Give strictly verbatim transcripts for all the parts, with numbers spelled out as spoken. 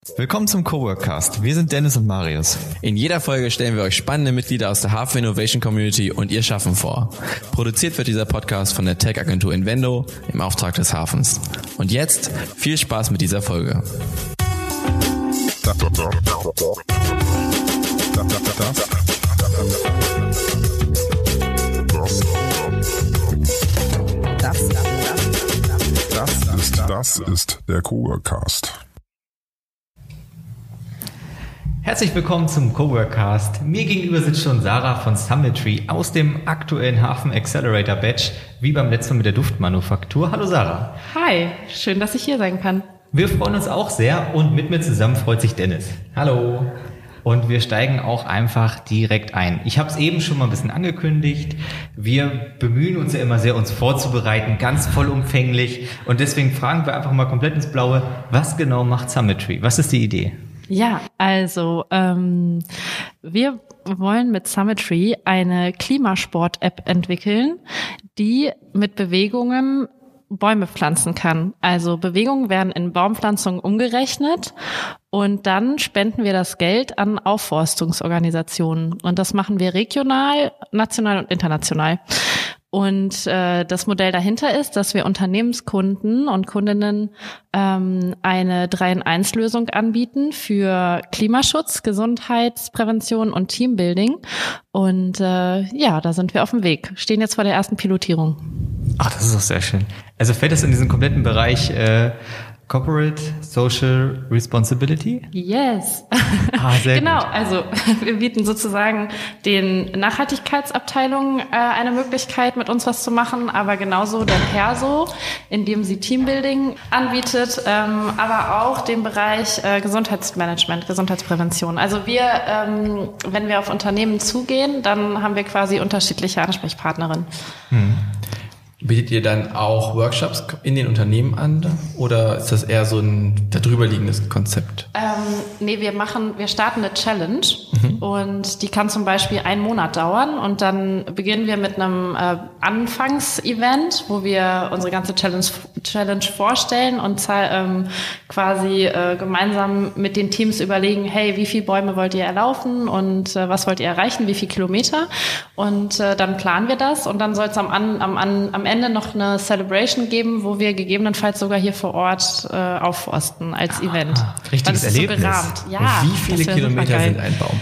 Willkommen zum Coworkcast. Wir sind Dennis und Marius. In jeder Folge stellen wir euch spannende Mitglieder aus der Hafen Innovation Community und ihr Schaffen vor. Produziert wird dieser Podcast von der Tech-Agentur Invendo im Auftrag des Hafens. Und jetzt viel Spaß mit dieser Folge. Das, das ist, das ist der Coworkcast. Herzlich willkommen zum Coworkcast. Mir gegenüber sitzt schon Sarah von Summitry aus dem aktuellen Hafen Accelerator Batch, wie beim letzten Mal mit der Duftmanufaktur. Hallo Sarah. Hi, schön, dass ich hier sein kann. Wir freuen uns auch sehr und mit mir zusammen freut sich Dennis. Hallo. Und wir steigen auch einfach direkt ein. Ich habe es eben schon mal ein bisschen angekündigt. Wir bemühen uns ja immer sehr, uns vorzubereiten, ganz vollumfänglich. Und deswegen fragen wir einfach mal komplett ins Blaue, was genau macht Summitry? Was ist die Idee? Ja, also ähm, wir wollen mit Summitry eine Klimasport-App entwickeln, die mit Bewegungen Bäume pflanzen kann. Also Bewegungen werden in Baumpflanzungen umgerechnet und dann spenden wir das Geld an Aufforstungsorganisationen. Und das machen wir regional, national und international. Und äh, das Modell dahinter ist, dass wir Unternehmenskunden und Kundinnen ähm, eine drei in eins Lösung anbieten für Klimaschutz, Gesundheitsprävention und Teambuilding. Und äh, ja, da sind wir auf dem Weg. Stehen jetzt vor der ersten Pilotierung. Ach, das ist doch sehr schön. Also fällt das in diesen kompletten Bereich äh, Corporate Social Responsibility? Yes. Ah, sehr genau, gut. also wir bieten sozusagen den Nachhaltigkeitsabteilungen äh, eine Möglichkeit, mit uns was zu machen, aber genauso der Perso, indem sie Teambuilding anbietet, ähm, aber auch den Bereich äh, Gesundheitsmanagement, Gesundheitsprävention. Also wir, ähm, wenn wir auf Unternehmen zugehen, dann haben wir quasi unterschiedliche Ansprechpartnerinnen. Hm. Bietet ihr dann auch Workshops in den Unternehmen an oder ist das eher so ein darüber liegendes Konzept? Ähm, nee, wir machen, wir starten eine Challenge mhm. und die kann zum Beispiel einen Monat dauern und dann beginnen wir mit einem äh, Anfangsevent, wo wir unsere ganze Challenge, Challenge vorstellen und ähm, quasi äh, gemeinsam mit den Teams überlegen, hey, wie viele Bäume wollt ihr erlaufen und äh, was wollt ihr erreichen, wie viele Kilometer und äh, dann planen wir das und dann soll es am, am, am, am Ende noch eine Celebration geben, wo wir gegebenenfalls sogar hier vor Ort äh, aufforsten als ah, Event. Richtiges Erlebnis. So gerahmt. Ja, und wie viele Kilometer sind ein Baum?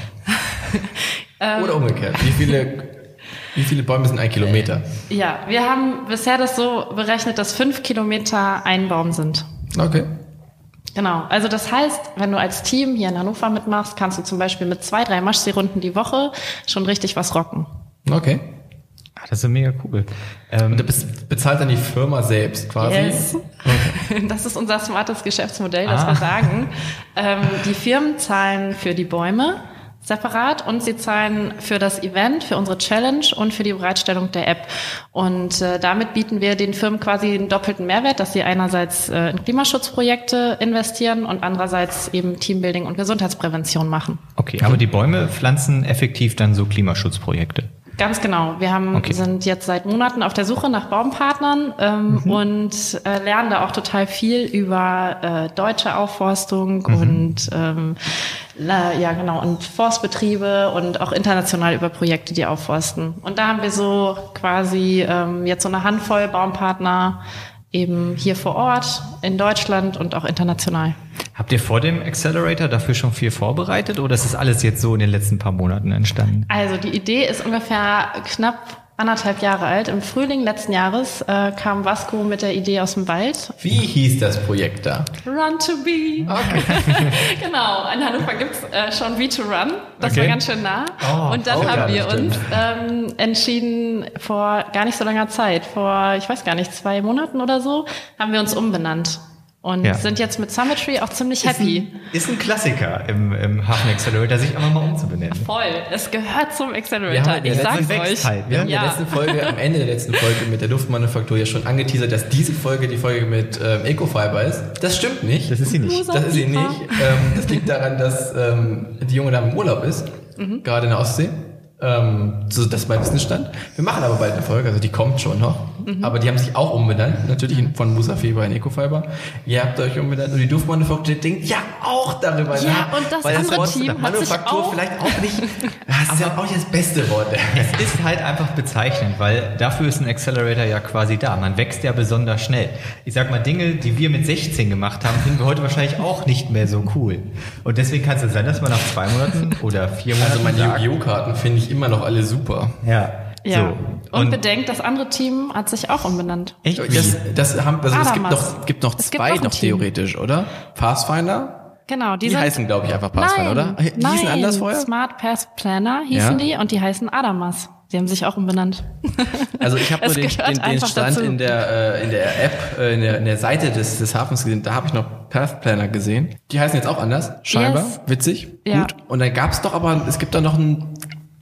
Oder umgekehrt, wie viele, wie viele Bäume sind ein Kilometer? Äh, ja, wir haben bisher das so berechnet, dass fünf Kilometer ein Baum sind. Okay. Genau, also das heißt, wenn du als Team hier in Hannover mitmachst, kannst du zum Beispiel mit zwei, drei Maschseerunden die Woche schon richtig was rocken. Okay. Ah, das ist mega cool. Ähm, Und da bezahlt dann die Firma selbst quasi? Yes. Okay. Das ist unser smartes Geschäftsmodell, das ah. wir sagen. Ähm, die Firmen zahlen für die Bäume separat und sie zahlen für das Event, für unsere Challenge und für die Bereitstellung der App. Und äh, damit bieten wir den Firmen quasi einen doppelten Mehrwert, dass sie einerseits äh, in Klimaschutzprojekte investieren und andererseits eben Teambuilding und Gesundheitsprävention machen. Okay, aber die Bäume pflanzen effektiv dann so Klimaschutzprojekte? Ganz genau. Wir haben, okay. sind jetzt seit Monaten auf der Suche nach Baumpartnern ähm, mhm. und äh, lernen da auch total viel über äh, deutsche Aufforstung mhm. und ähm, la, ja genau und Forstbetriebe und auch international über Projekte, die aufforsten. Und da haben wir so quasi ähm, jetzt so eine Handvoll Baumpartner eben hier vor Ort, in Deutschland und auch international. Habt ihr vor dem Accelerator dafür schon viel vorbereitet oder ist das alles jetzt so in den letzten paar Monaten entstanden? Also die Idee ist ungefähr knapp anderthalb Jahre alt. Im Frühling letzten Jahres äh, kam Vasco mit der Idee aus dem Wald. Wie hieß das Projekt da? Run to Be. Okay. Genau, in Hannover gibt's äh, schon Be to Run. Das okay. war ganz schön nah. Oh, und dann oh, haben ja, wir uns ähm, entschieden, vor gar nicht so langer Zeit, vor, ich weiß gar nicht, zwei Monaten oder so, haben wir uns umbenannt. Und ja. sind jetzt mit Summitry auch ziemlich happy. Ist ein, ist ein Klassiker im, im Hafen Accelerator, sich einfach mal umzubenennen. Voll, es gehört zum Accelerator, ich sag's euch. Halt, wir haben ja. in der letzten Folge, am Ende der letzten Folge mit der Duftmanufaktur ja schon angeteasert, dass diese Folge die Folge mit ähm, Ecofiber ist. Das stimmt nicht. Das ist sie nicht. Das ist sie nicht. Ähm, das liegt daran, dass ähm, die junge Dame im Urlaub ist, mhm. gerade in der Ostsee. Ähm, so, das ist mein Wissensstand. Wir machen aber bald eine Folge, also die kommt schon noch. Mhm. Aber die haben sich auch umbenannt, natürlich von Musafiber in Ecofiber. Ihr habt euch umbenannt und die Duftmanufaktur denkt ja auch darüber nach. Ja, und das weil andere das Wort Team hat Manufaktur sich auch vielleicht auch nicht, das ist ja auch nicht das beste Wort. Es ist halt einfach bezeichnend, weil dafür ist ein Accelerator ja quasi da. Man wächst ja besonders schnell. Ich sag mal, Dinge, die wir mit sechzehn gemacht haben, finden wir heute wahrscheinlich auch nicht mehr so cool. Und deswegen kann es ja sein, dass man nach zwei Monaten oder vier Monaten Also meine sagt, Yu-Gi-Oh! Karten finde ich immer noch alle super. Ja. Ja. So. Und, Und bedenkt, das andere Team hat sich auch umbenannt. echt? Das, das haben, also es gibt Adamas. noch, gibt noch Es gibt zwei noch ein noch Team. theoretisch, oder? Pathfinder? Genau, die, Die sind, heißen, glaube ich, einfach Pathfinder, nein, oder? Die nein, hießen anders vorher? Smart Path Planner hießen Ja. die und die heißen Adamas. Die haben sich auch umbenannt. Also ich habe nur Es den, gehört den, den einfach Stand dazu. in der äh, in der App, äh, in, der, in der Seite des, des Hafens gesehen. Da habe ich noch Path Planner gesehen. Die heißen jetzt auch anders, scheinbar. Yes. Witzig, Ja. gut. Und dann gab's doch aber, es gibt da noch ein...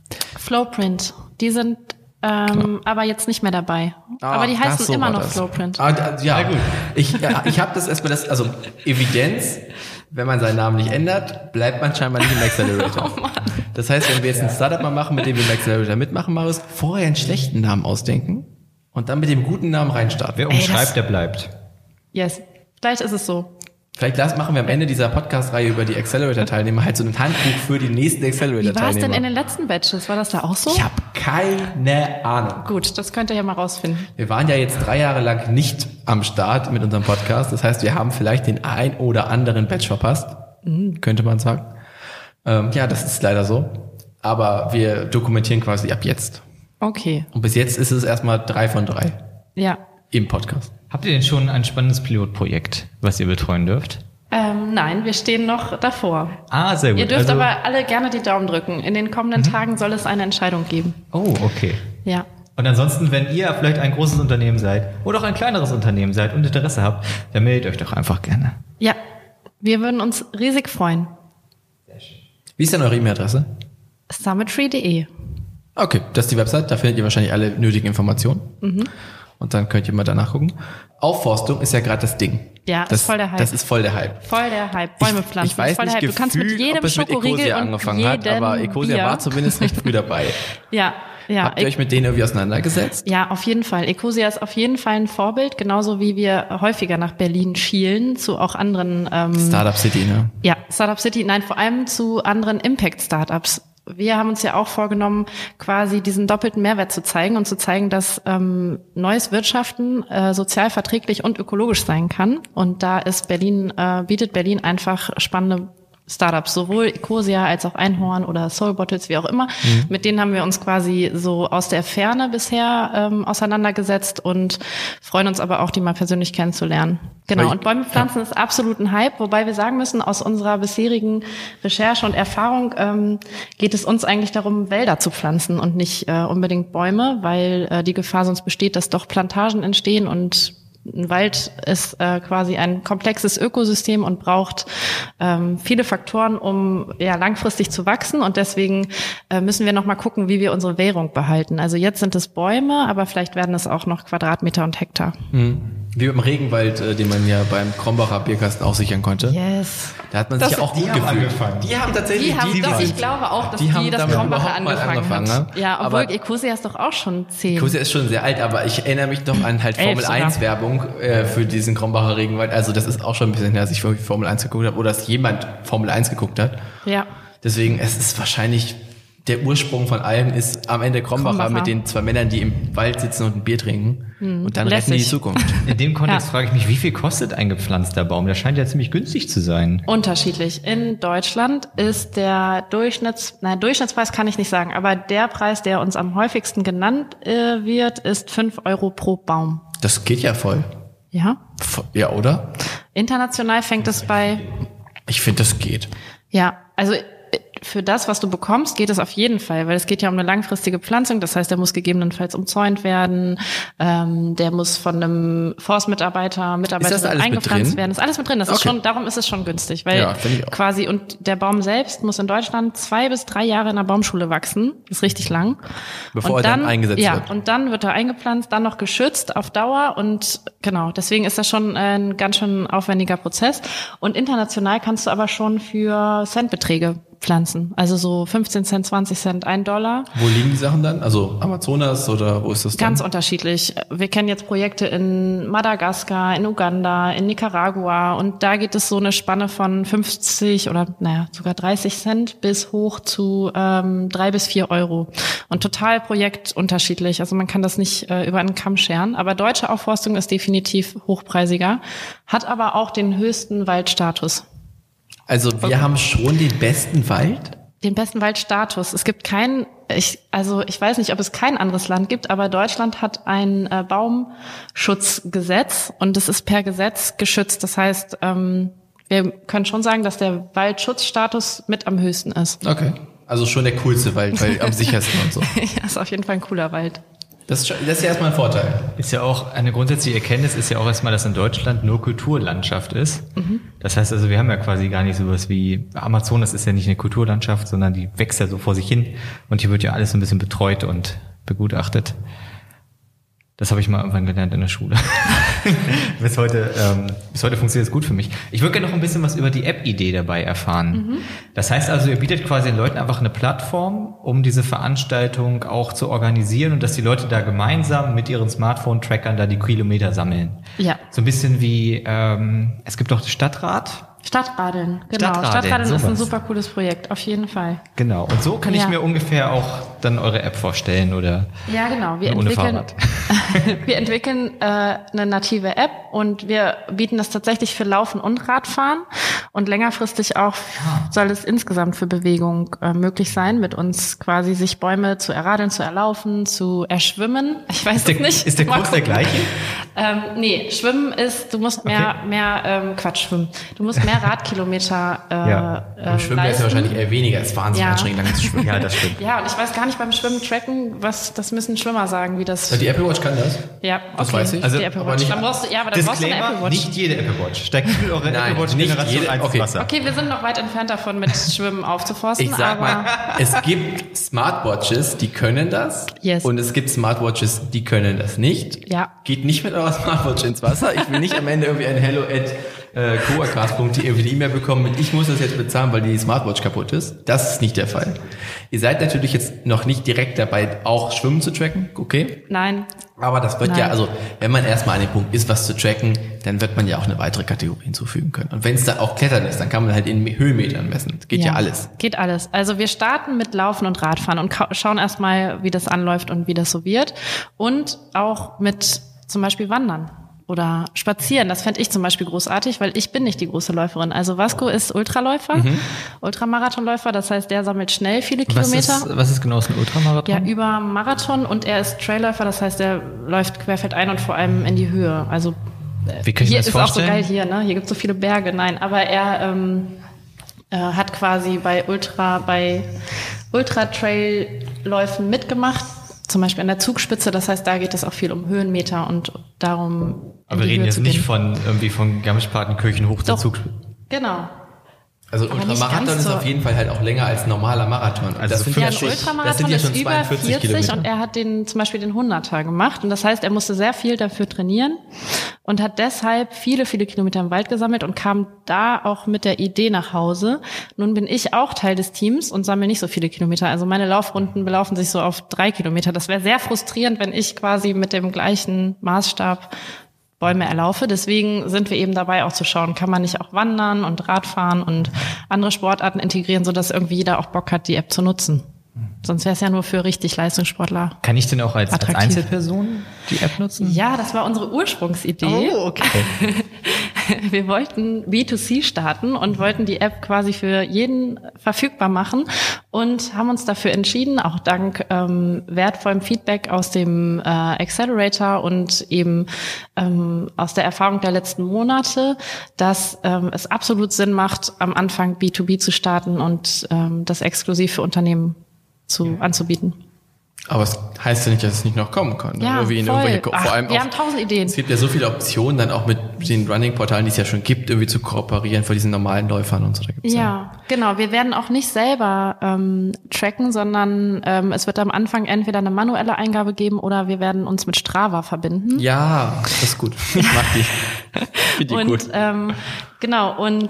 Flowprint. Die sind ähm, aber jetzt nicht mehr dabei. Ah, aber die das, heißen so immer war noch das. Flowprint. Ah, da, ja, Na gut. Ich, ja, ich habe das erstmal, das, also Evidenz, wenn man seinen Namen nicht ändert, bleibt man scheinbar nicht im Accelerator. Oh Mann. Das heißt, wenn wir jetzt ein Startup mal machen, mit dem wir im Accelerator mitmachen, Marius, vorher einen schlechten Namen ausdenken und dann mit dem guten Namen reinstarten. Wer Ey, umschreibt, das- der bleibt. Yes. Vielleicht ist es so. Vielleicht las- machen wir am Ende dieser Podcast-Reihe über die Accelerator-Teilnehmer halt so ein Handbuch für die nächsten Wie war es denn Accelerator-Teilnehmer. in den letzten Batches? War das da auch so? Ich habe keine Ahnung. Gut, das könnt ihr ja mal rausfinden. Wir waren ja jetzt drei Jahre lang nicht am Start mit unserem Podcast. Das heißt, wir haben vielleicht den ein oder anderen Batch verpasst. Mhm. Könnte man sagen. Ähm, ja, das ist leider so. Aber wir dokumentieren quasi ab jetzt. Okay. Und bis jetzt ist es erstmal drei von drei Ja. im Podcast. Habt ihr denn schon ein spannendes Pilotprojekt, was ihr betreuen dürft? Ähm, nein, wir stehen noch davor. Ah, sehr gut. Ihr dürft Also- aber alle gerne die Daumen drücken. In den kommenden Tagen soll es eine Entscheidung geben. Oh, okay. Ja. Und ansonsten, wenn ihr vielleicht ein großes Unternehmen seid oder auch ein kleineres Unternehmen seid und Interesse habt, dann meldet euch doch einfach gerne. Ja. Wir würden uns riesig freuen. Wie ist denn eure E-Mail-Adresse? summittree punkt de. Okay, das ist die Website. Da findet ihr wahrscheinlich alle nötigen Informationen. Mhm. Und dann könnt ihr mal danach gucken. Aufforstung ist ja gerade das Ding. Ja, das, ist voll der Hype. Das ist voll der Hype. Voll der Hype. Bäume pflanzen. Ich weiß voll der nicht Hype. Du kannst mit gefühlt, jedem ob es mit Schokoriegel Ecosia und angefangen jedem hat, aber Ecosia Bier. war zumindest recht früh dabei. Ja, ja. Habt ihr euch mit denen irgendwie auseinandergesetzt? Ja, auf jeden Fall. Ecosia ist auf jeden Fall ein Vorbild, genauso wie wir häufiger nach Berlin schielen, zu auch anderen ähm, Startup City, ne? Ja, Startup City, nein, vor allem zu anderen Impact-Startups. Wir haben uns ja auch vorgenommen, quasi diesen doppelten Mehrwert zu zeigen und zu zeigen, dass ähm, neues Wirtschaften äh, sozial verträglich und ökologisch sein kann. Und da ist Berlin, äh, bietet Berlin einfach spannende Startups, sowohl Ecosia als auch Einhorn oder Soul Bottles, wie auch immer. Mhm. Mit denen haben wir uns quasi so aus der Ferne bisher ähm, auseinandergesetzt und freuen uns aber auch, die mal persönlich kennenzulernen. Genau, Ich, und Bäume pflanzen ja. ist absolut ein Hype, wobei wir sagen müssen, aus unserer bisherigen Recherche und Erfahrung ähm, geht es uns eigentlich darum, Wälder zu pflanzen und nicht äh, unbedingt Bäume, weil äh, die Gefahr sonst besteht, dass doch Plantagen entstehen und ein Wald ist äh, quasi ein komplexes Ökosystem und braucht ähm, viele Faktoren, um ja langfristig zu wachsen. Und deswegen äh, müssen wir noch mal gucken, wie wir unsere Währung behalten. Also jetzt sind es Bäume, aber vielleicht werden es auch noch Quadratmeter und Hektar. Mhm. Wie im Regenwald, äh, den man ja beim Krombacher Bierkasten auch sichern konnte. Yes. Da hat man Das- sich ja auch die gut haben gefühlt. angefangen. Die haben tatsächlich, Die haben, die, das, die, ich glaube auch, dass die die, haben das damit Krombacher überhaupt mal angefangen, angefangen, hat. ne? Ja, obwohl Aber- Ecosia ist doch auch schon zehn. Ecosia ist schon sehr alt, aber ich erinnere mich doch an halt Elf Formel sogar. eins Werbung äh, für diesen Krombacher Regenwald. Also das ist auch schon ein bisschen her, dass ich wirklich Formel eins geguckt habe oder dass jemand Formel eins geguckt hat. Ja. Deswegen, es ist wahrscheinlich, der Ursprung von allem ist am Ende Krombacher, Krombacher. mit den zwei Männern, die im Wald sitzen und ein Bier trinken. Und dann retten die die lässig. Zukunft. In dem Kontext Ja. frage ich mich, wie viel kostet ein gepflanzter Baum? Der scheint ja ziemlich günstig zu sein. Unterschiedlich. In Deutschland ist der Durchschnitts, nein, Durchschnittspreis kann ich nicht sagen, aber der Preis, der uns am häufigsten genannt äh, wird, ist fünf Euro pro Baum. Das geht ja voll. Ja. Vo- Ja, oder? International fängt es bei, Ich finde, das geht. ja, also äh, für das, was du bekommst, geht es auf jeden Fall, weil es geht ja um eine langfristige Pflanzung. Das heißt, der muss gegebenenfalls umzäunt werden, ähm, der muss von einem Forstmitarbeiter, Mitarbeiterin alles mit eingepflanzt drin? werden. Das ist alles mit drin. Das ist Okay. schon, darum ist es schon günstig, weil Ja, finde ich auch. quasi und der Baum selbst muss in Deutschland zwei bis drei Jahre in der Baumschule wachsen. Das ist richtig lang. Bevor und er dann eingesetzt ja, wird. und dann wird er eingepflanzt, dann noch geschützt auf Dauer und genau, deswegen ist das schon ein ganz schön aufwendiger Prozess. Und international kannst du aber schon für Centbeträge Bäume pflanzen. Also so fünfzehn Cent, zwanzig Cent, ein Dollar. Wo liegen die Sachen dann? Also Amazonas oder wo ist das dann? Ganz unterschiedlich. Wir kennen jetzt Projekte in Madagaskar, in Uganda, in Nicaragua und da geht es so eine Spanne von fünfzig oder naja sogar dreißig Cent bis hoch zu ähm, drei bis vier Euro. Und total projektunterschiedlich. Also man kann das nicht äh, über einen Kamm scheren. Aber deutsche Aufforstung ist definitiv hochpreisiger, hat aber auch den höchsten Waldstatus. Also wir okay. haben schon den besten Wald? Den besten Waldstatus. Es gibt keinen, ich, also ich weiß nicht, ob es kein anderes Land gibt, aber Deutschland hat ein äh, Baumschutzgesetz und es ist per Gesetz geschützt. Das heißt, ähm, wir können schon sagen, dass der Waldschutzstatus mit am höchsten ist. Okay. Also schon der coolste Wald, weil am sichersten und so. Ja, ist auf jeden Fall ein cooler Wald. Das ist, das ist ja erstmal ein Vorteil. Ist ja auch eine grundsätzliche Erkenntnis, ist ja auch erstmal, dass in Deutschland nur Kulturlandschaft ist. Mhm. Das heißt also, wir haben ja quasi gar nicht sowas wie, Amazonas ist ja nicht eine Kulturlandschaft, sondern die wächst ja so vor sich hin und hier wird ja alles so ein bisschen betreut und begutachtet. Das habe ich mal irgendwann gelernt in der Schule. bis heute, ähm, bis heute funktioniert es gut für mich. Ich würde gerne noch ein bisschen was über die App-Idee dabei erfahren. Mhm. Das heißt also, ihr bietet quasi den Leuten einfach eine Plattform, um diese Veranstaltung auch zu organisieren und dass die Leute da gemeinsam mit ihren Smartphone-Trackern da die Kilometer sammeln. Ja. So ein bisschen wie, ähm, es gibt doch das Stadtrat. Stadtradeln, genau. Stadtradeln, Stadtradeln ist ein sowas. super cooles Projekt, auf jeden Fall. Genau. Und so kann Ja. ich mir ungefähr auch dann eure App vorstellen oder Ja, genau. Wir ohne entwickeln, Fahrrad. wir entwickeln äh, eine native App und wir bieten das tatsächlich für Laufen und Radfahren und längerfristig auch soll es insgesamt für Bewegung äh, möglich sein, mit uns quasi sich Bäume zu erradeln, zu erlaufen, zu erschwimmen. Ich weiß Ist es der, nicht. ist der Mal Kurs der gucken. gleiche? Ähm, nee, Schwimmen ist, du musst mehr, Okay. mehr ähm, Quatsch, schwimmen. Du musst mehr Radkilometer äh, Ja. äh, Im Schwimmen ist ja leisten. wahrscheinlich eher weniger. Es ist wahnsinnig Ja. anstrengend, lange zu schwimmen. Ja, das stimmt. Ja, und ich weiß gar nicht beim Schwimmen tracken, was, das müssen Schwimmer sagen, wie das. Ja, die Apple Watch kann das. Ja, das okay. weiß ich. Also, Also, die Apple aber Watch. nicht- Dann brauchst du, ja, aber dann brauchst du eine Apple Disclaimer, Watch. nicht jede Apple Watch. Steigt mit eurer Nein, Apple Watch nicht Generation jede- eins okay. Wasser. Okay, wir sind noch weit entfernt davon, mit Schwimmen aufzuforsten, Ich sag aber mal, es gibt Smartwatches, die können das. Yes. Und es gibt Smartwatches, die können das nicht. Ja. Geht nicht mit eurer Smartwatch ins Wasser. Ich will nicht am Ende irgendwie ein hello at coacast punkt de irgendwie die E-Mail bekommen mit, ich muss das jetzt bezahlen, weil die Smartwatch kaputt ist. Das ist nicht der Fall. Ihr seid natürlich jetzt noch nicht direkt dabei, auch Schwimmen zu tracken, okay? nein. Aber das wird Nein. ja, also wenn man erstmal an dem Punkt ist, was zu tracken, dann wird man ja auch eine weitere Kategorie hinzufügen können. Und wenn es dann auch Klettern ist, dann kann man halt in Höhenmetern messen. Das geht ja, alles. Geht alles. Also wir starten mit Laufen und Radfahren und ka- schauen erstmal, wie das anläuft und wie das so wird. Und auch mit zum Beispiel Wandern oder Spazieren. Das fände ich zum Beispiel großartig, weil ich bin nicht die große Läuferin. Also Vasco ist Ultraläufer, Mhm. Ultramarathonläufer. Das heißt, der sammelt schnell viele Was Kilometer. ist, was ist genau so ein Ultramarathon? Ja, über Marathon und er ist Trailläufer, das heißt, er läuft querfeldein und vor allem in die Höhe. Also Wie kann ich mir hier das ist auch so vorstellen? geil hier, ne? Hier gibt es so viele Berge. Nein, aber er ähm, äh, hat quasi bei Ultra, bei Ultra-Trail-Läufen mitgemacht. Zum Beispiel an der Zugspitze, das heißt, da geht es auch viel um Höhenmeter und darum. Aber wir reden jetzt nicht von irgendwie von Garmisch-Partenkirchen hoch zur Doch. Zugspitze. Genau. Also Aber nicht Ultramarathon ganz ist so. auf jeden Fall halt auch länger als ein normaler Marathon. Und Also das sind Ja, ja ein schon, das Ultramarathon sind ja schon ist über zweiundvierzig vierzig Kilometer. und er hat den zum Beispiel den hunderter gemacht und das heißt, er musste sehr viel dafür trainieren und hat deshalb viele, viele Kilometer im Wald gesammelt und kam da auch mit der Idee nach Hause. Nun bin ich auch Teil des Teams und sammle nicht so viele Kilometer. Also meine Laufrunden belaufen sich so auf drei Kilometer. Das wäre sehr frustrierend, wenn ich quasi mit dem gleichen Maßstab Bäume erlaufe. Deswegen sind wir eben dabei, auch zu schauen, kann man nicht auch wandern und Radfahren und andere Sportarten integrieren, sodass irgendwie jeder auch Bock hat, die App zu nutzen. Sonst wäre es ja nur für richtig Leistungssportler. Kann ich denn auch als, als Attraktiv. Einzelperson die App nutzen? Ja, das war unsere Ursprungsidee. Oh, okay. Wir wollten B zwei C starten und wollten die App quasi für jeden verfügbar machen und haben uns dafür entschieden, auch dank ähm, wertvollem Feedback aus dem äh, Accelerator und eben ähm, aus der Erfahrung der letzten Monate, dass ähm, es absolut Sinn macht, am Anfang B zwei B zu starten und ähm, das exklusiv für Unternehmen zu anzubieten. Aber es heißt ja nicht, dass es nicht noch kommen kann. Ja, irgendwie in voll. irgendwelche, Ach, vor allem wir auch, haben tausend Ideen. es gibt ja so viele Optionen, dann auch mit den Running-Portalen, die es ja schon gibt, irgendwie zu kooperieren für diesen normalen Läufern und so. Da gibt's Ja, genau. Wir werden auch nicht selber ähm, tracken, sondern ähm, es wird am Anfang entweder eine manuelle Eingabe geben oder wir werden uns mit Strava verbinden. Ja, das ist gut. Ich mag die. Finde die und cool. ähm, genau, und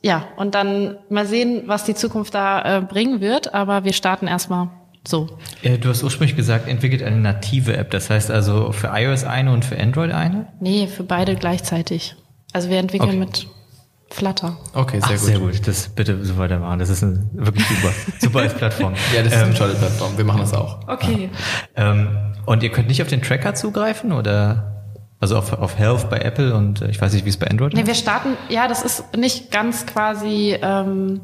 ja, und dann mal sehen, was die Zukunft da äh, bringen wird, aber wir starten erstmal so. Äh, du hast ursprünglich gesagt, entwickelt eine native App, das heißt also für iOS eine und für Android eine? Nee, für beide gleichzeitig. Also wir entwickeln Okay. mit Flutter. Okay, sehr Ach, gut. sehr gut, das bitte so weitermachen, das ist eine, wirklich super, super als Plattform. Ja, das ist eine tolle Plattform. Wir machen das auch. Okay. Ähm, und ihr könnt nicht auf den Tracker zugreifen oder also auf, auf Health bei Apple und äh, ich weiß nicht, wie es bei Android Nee, ist? wir starten, ja, das ist nicht ganz quasi, ähm,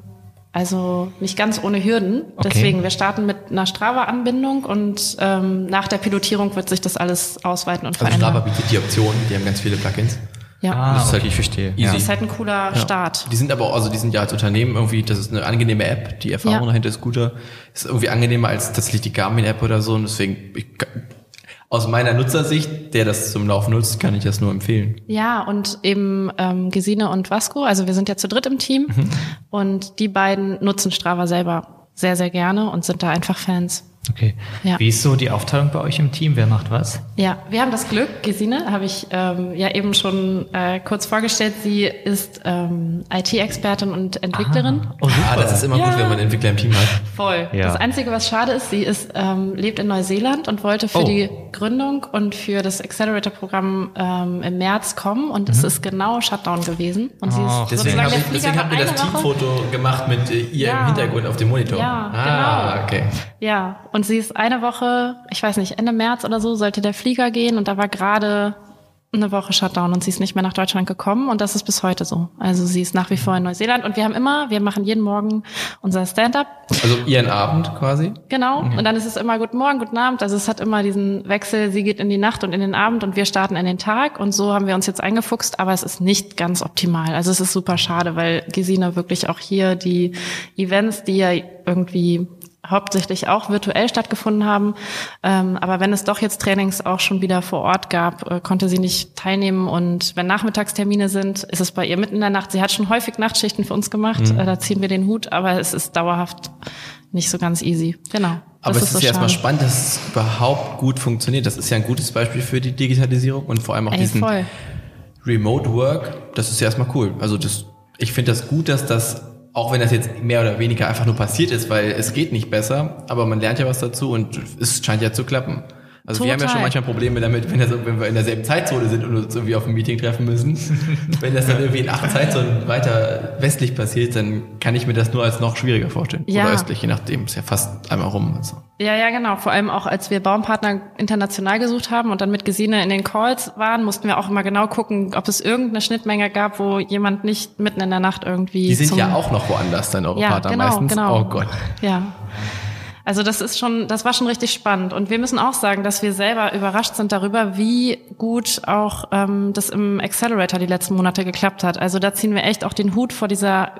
also nicht ganz ohne Hürden. Okay. Deswegen, wir starten mit einer Strava-Anbindung und ähm, nach der Pilotierung wird sich das alles ausweiten und Also verändern. Strava bietet die Option, die haben ganz viele Plugins. Ja, Ah, Das ist halt okay, ich verstehe. easy. das ist halt ein cooler Start. Die sind aber auch, also die sind ja als Unternehmen irgendwie, das ist eine angenehme App, die Erfahrung Ja. dahinter ist guter, ist irgendwie angenehmer als tatsächlich die Garmin-App oder so und deswegen, ich, aus meiner Nutzersicht, der das zum Laufen nutzt, kann ich das nur empfehlen. Ja, und eben ähm, Gesine und Vasco, also wir sind ja zu dritt im Team Mhm. und die beiden nutzen Strava selber sehr, sehr gerne und sind da einfach Fans. Okay. Ja. Wie ist so die Aufteilung bei euch im Team? Wer macht was? Ja, wir haben das Glück, Gesine habe ich ähm, ja eben schon äh, kurz vorgestellt, sie ist ähm, I T-Expertin und Entwicklerin. Oh, super. Ah, das ist immer Ja. gut, wenn man einen Entwickler im Team hat. Voll. Ja. Das Einzige, was schade ist, sie ist ähm, lebt in Neuseeland und wollte für Oh. die Gründung und für das Accelerator-Programm ähm, im März kommen und es ist genau Shutdown gewesen. Und sie ist Oh, Deswegen, sozusagen hab der ich, Flieger deswegen war haben wir das eine Woche. Teamfoto gemacht mit äh, ihr Ja. im Hintergrund auf dem Monitor. Ja, ah, genau. okay. Ja, und sie ist eine Woche, ich weiß nicht, Ende März oder so, sollte der Flieger gehen und da war gerade eine Woche Shutdown und sie ist nicht mehr nach Deutschland gekommen und das ist bis heute so. Also sie ist nach wie vor in Neuseeland und wir haben immer, wir machen jeden Morgen unser Stand-up. Also ihren Abend quasi. Genau. Und dann ist es immer guten Morgen, guten Abend. Also es hat immer diesen Wechsel, sie geht in die Nacht und in den Abend und wir starten in den Tag und so haben wir uns jetzt eingefuchst, aber es ist nicht ganz optimal. Also es ist super schade, weil Gesine wirklich auch hier die Events, die ja irgendwie hauptsächlich auch virtuell stattgefunden haben. Ähm, aber wenn es doch jetzt Trainings auch schon wieder vor Ort gab, äh, konnte sie nicht teilnehmen. Und wenn Nachmittagstermine sind, ist es bei ihr mitten in der Nacht. Sie hat schon häufig Nachtschichten für uns gemacht. Mhm. Äh, da ziehen wir den Hut, aber es ist dauerhaft nicht so ganz easy. Genau. Aber Das es ist, so ja erstmal schade. spannend, dass es überhaupt gut funktioniert. Das ist ja ein gutes Beispiel für die Digitalisierung und vor allem auch Ey, diesen voll. Remote Work. Das ist ja erstmal cool. Also das, ich finde das gut, dass das, auch wenn das jetzt mehr oder weniger einfach nur passiert ist, weil es geht nicht besser, aber man lernt ja was dazu und es scheint ja zu klappen. Also wir haben ja Total. schon manchmal Probleme damit, wenn, das, wenn wir in derselben Zeitzone sind und uns irgendwie auf ein Meeting treffen müssen. Wenn das dann irgendwie in acht Zeitzonen weiter westlich passiert, dann kann ich mir das nur als noch schwieriger vorstellen. Ja. Oder östlich, je nachdem. Ist ja fast einmal rum. Also. Ja, ja, genau. Vor allem auch, als wir Baumpartner international gesucht haben und dann mit Gesine in den Calls waren, mussten wir auch immer genau gucken, ob es irgendeine Schnittmenge gab, wo jemand nicht mitten in der Nacht irgendwie Die sind zum ja auch noch woanders, dann eure Ja, Partner genau, meistens. genau. Oh Gott. Ja. Also das ist schon, das war schon richtig spannend. Und wir müssen auch sagen, dass wir selber überrascht sind darüber, wie gut auch ähm, das im Accelerator die letzten Monate geklappt hat. Also da ziehen wir echt auch den Hut vor dieser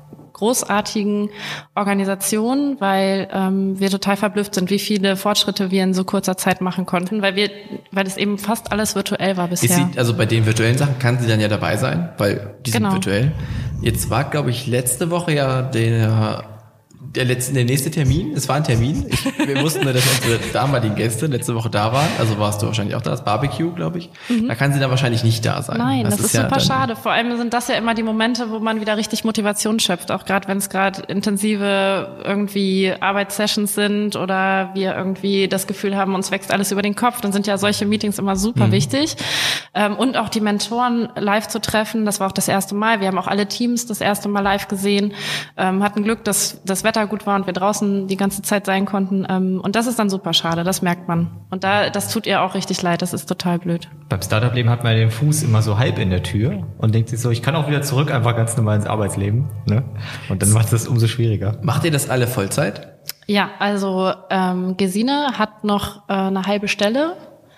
großartigen Organisation, weil ähm, wir total verblüfft sind, wie viele Fortschritte wir in so kurzer Zeit machen konnten, weil wir, weil es eben fast alles virtuell war bisher. Ist sie, also bei den virtuellen Sachen kann sie dann ja dabei sein, weil die Genau. sind virtuell. Jetzt war, glaube ich, letzte Woche ja der, der letzte, der nächste Termin. Es war ein Termin. Ich, wir wussten nur, dass unsere damaligen Gäste letzte Woche da waren. Also warst du wahrscheinlich auch da. Das Barbecue, glaube ich. Da kann sie dann wahrscheinlich nicht da sein. Mhm. Nein, das, ist ja super dann- schade. Vor allem sind das ja immer die Momente, wo man wieder richtig Motivation schöpft. Auch gerade, wenn es gerade intensive irgendwie Arbeitssessions sind oder wir irgendwie das Gefühl haben, uns wächst alles über den Kopf, dann sind ja solche Meetings immer super Mhm. wichtig. Ähm, und auch die Mentoren live zu treffen, das war auch das erste Mal. Wir haben auch alle Teams das erste Mal live gesehen, ähm, hatten Glück, dass das Wetter gut war und wir draußen die ganze Zeit sein konnten. Ähm, und das ist dann super schade, das merkt man. Und da, das tut ihr auch richtig leid, das ist total blöd. Beim Startup-Leben hat man den Fuß immer so halb in der Tür und denkt sich so, ich kann auch wieder zurück, einfach ganz normal ins Arbeitsleben. Ne? Und dann macht es umso schwieriger. Macht ihr das alle Vollzeit? Ja, also ähm, Gesine hat noch äh, eine halbe Stelle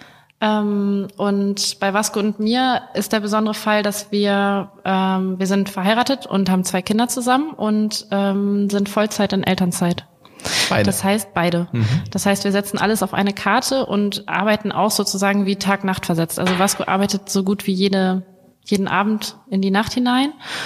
ähm, und bei Vasco und mir ist der besondere Fall, dass wir ähm, wir sind verheiratet und haben zwei Kinder zusammen und ähm, sind Vollzeit in Elternzeit. Beide. Das heißt beide. Das heißt, wir setzen alles auf eine Karte und arbeiten auch sozusagen wie Tag-Nacht versetzt. Also Vasco arbeitet so gut wie jede jeden Abend in die Nacht hinein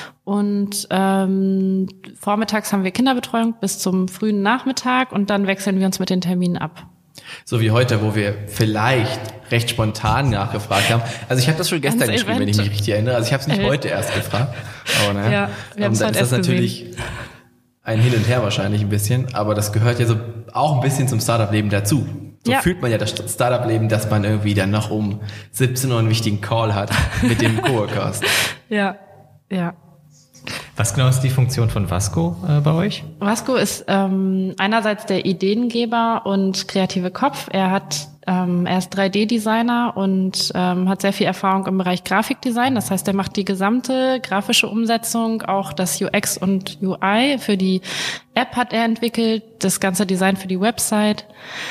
und ähm, vormittags haben wir Kinderbetreuung bis zum frühen Nachmittag und dann wechseln wir uns mit den Terminen ab. So wie heute, wo wir vielleicht recht spontan nachgefragt haben. Also ich habe das schon gestern Ganz geschrieben, wenn ich mich richtig erinnere. Also ich habe es nicht Äh. heute erst gefragt. Aber naja, Ja, wir haben's dann heute ist das erst natürlich ein Hin und Her wahrscheinlich ein bisschen. Aber das gehört ja so auch ein bisschen zum Startup-Leben dazu. So Ja. fühlt man ja das Startup-Leben, dass man irgendwie dann noch um siebzehn Uhr einen wichtigen Call hat mit dem Coworkcast. Ja, ja. Was genau ist die Funktion von Vasco äh, bei euch? Vasco ist ähm, einerseits der Ideengeber und kreative Kopf. Er hat, ähm, er ist drei D-Designer und ähm, hat sehr viel Erfahrung im Bereich Grafikdesign. Das heißt, er macht die gesamte grafische Umsetzung, auch das U X und U I für die App hat er entwickelt, das ganze Design für die Website.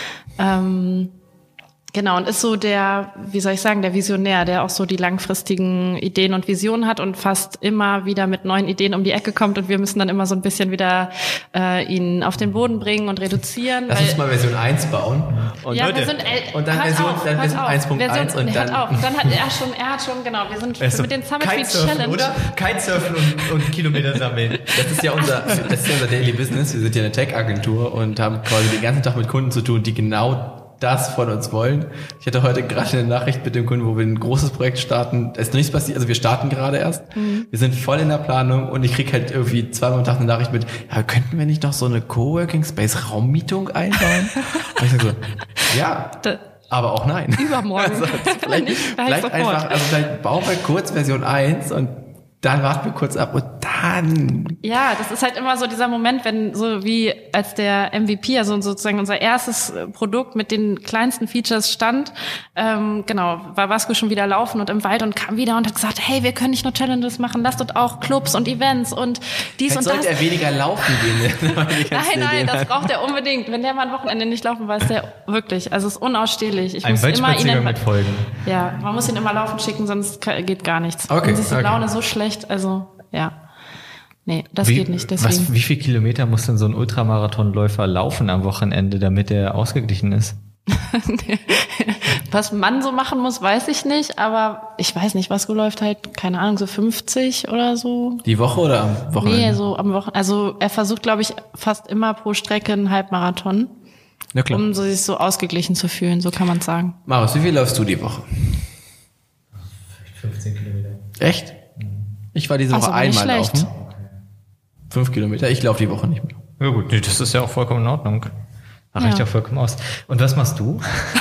Ähm, Genau, und ist so der, wie soll ich sagen, der Visionär, der auch so die langfristigen Ideen und Visionen hat und fast immer wieder mit neuen Ideen um die Ecke kommt und wir müssen dann immer so ein bisschen wieder äh, ihn auf den Boden bringen und reduzieren. Lass weil, uns mal Version eins bauen. Und, ja, Leute, wir sind, äh, und dann hört Version, auf, dann hört Version auf. eins Punkt eins Version- und hört dann... auf. Dann hat er schon, er hat schon, genau, wir sind Also mit den Summit Tree Challenge. Oder? Kitesurfen und, und Kilometer sammeln. Das ist ja unser, das ist ja unser Daily Business. Wir sind ja eine Tech-Agentur und haben quasi den ganzen Tag mit Kunden zu tun, die genau das von uns wollen. Ich hatte heute gerade eine Nachricht mit dem Kunden, wo wir ein großes Projekt starten. Es ist noch nichts passiert, also wir starten gerade erst. Mhm. Wir sind voll in der Planung und ich krieg halt irgendwie zweimal am Tag eine Nachricht mit, ja, könnten wir nicht noch so eine Coworking Space Raummietung einbauen? Und ich sag so, ja, Da, aber auch nein. Übermorgen. Also, vielleicht Nicht gleich vielleicht sofort. einfach, also vielleicht bauen wir kurz Version eins und dann warten wir kurz ab und dann... Ja, das ist halt immer so dieser Moment, wenn so wie als der M V P, also sozusagen unser erstes Produkt mit den kleinsten Features stand, ähm, genau, war Vasco schon wieder laufen und im Wald und kam wieder und hat gesagt, hey, wir können nicht nur Challenges machen, lasst dort auch Clubs und Events und dies Vielleicht und sollte das. er weniger laufen gehen. Nein, nein, das braucht er unbedingt. Wenn der mal ein Wochenende nicht laufen war, ist der wirklich, also es ist unausstehlich. Ich Ein muss immer ihn Waldspaziergang mit Folgen. Ja, man muss ihn immer laufen schicken, sonst ka- geht gar nichts. Okay, Sonst ist die okay. Laune so schlecht, also ja. Nee, das Wie, geht nicht, deswegen. Was, wie viel Kilometer muss denn so ein Ultramarathonläufer laufen am Wochenende, damit er ausgeglichen ist? Was man so machen muss, weiß ich nicht, aber ich weiß nicht, Vasco läuft halt, keine Ahnung, so fünfzig oder so. Die Woche oder am Wochenende? Nee, so am Wochenende. Also er versucht, glaube ich, fast immer pro Strecke einen Halbmarathon, Na klar. um so sich so ausgeglichen zu fühlen, so kann man sagen. Marius, wie viel läufst du die Woche? fünfzehn Kilometer. Echt? Ich war diese Also Woche war nicht einmal schlecht. laufen. Fünf Kilometer. Ich laufe die Woche nicht mehr. Ja gut, nee, das ist ja auch vollkommen in Ordnung. Da reicht Ja. ja vollkommen aus. Und was machst du?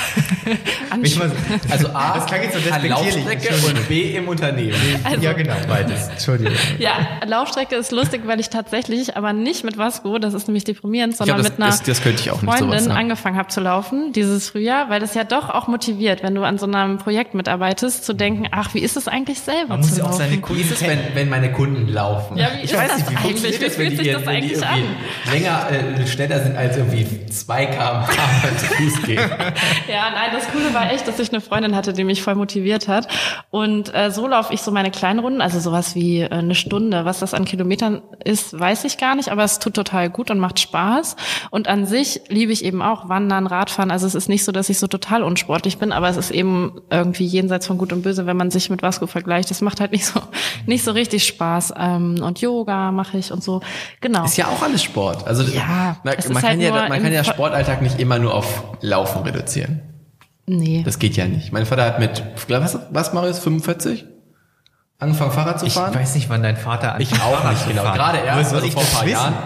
Ich mal, Also A, Das klang jetzt so an despektierlich. Laufstrecke und B im Unternehmen. Also- ja genau, beides. Entschuldigung. Ja, Laufstrecke ist lustig, weil ich tatsächlich, aber nicht mit Vasco, das ist nämlich deprimierend, sondern das- mit einer das- das könnte ich auch nicht, Freundin sowas, ja. angefangen habe zu laufen dieses Frühjahr, weil das ja doch auch motiviert, wenn du an so einem Projekt mitarbeitest, zu denken, ach, wie ist es eigentlich selber Man muss zu ja auch laufen? seine Wie Kunden ist es, wenn, wenn meine Kunden laufen? Ja, wie ich ist weiß das nicht, wie eigentlich? funktioniert Wie das, wenn fühlt die, sich das wenn die eigentlich irgendwie länger, äh, schneller sind als irgendwie zwei Kilometer pro Stunde zu Fuß gehen? Ja, nein, das Coole war echt, dass ich eine Freundin hatte, die mich voll motiviert hat. Und äh, so laufe ich so meine kleinen Runden, also sowas wie äh, eine Stunde. Was das an Kilometern ist, weiß ich gar nicht, aber es tut total gut und macht Spaß. Und an sich liebe ich eben auch Wandern, Radfahren. Also es ist nicht so, dass ich so total unsportlich bin, aber es ist eben irgendwie jenseits von Gut und Böse, wenn man sich mit Vasco vergleicht. Das macht halt nicht so nicht so richtig Spaß. Ähm, und Yoga mache ich und so. Genau. Ist ja auch alles Sport. Also Ja, man, es man ist kann halt ja, nur man im kann ja Ver- Sportalltag nicht immer nur auf Laufen reduzieren. Nee. Das geht ja nicht. Mein Vater hat mit, was, was Marius, fünfundvierzig? Angefangen Fahrrad zu Ich fahren? weiß nicht, wann dein Vater Ich anfängt, auch Fahrrad nicht, zu genau. fahren. Gerade Woher erst, soll also ich vor ein das paar wissen? Jahren.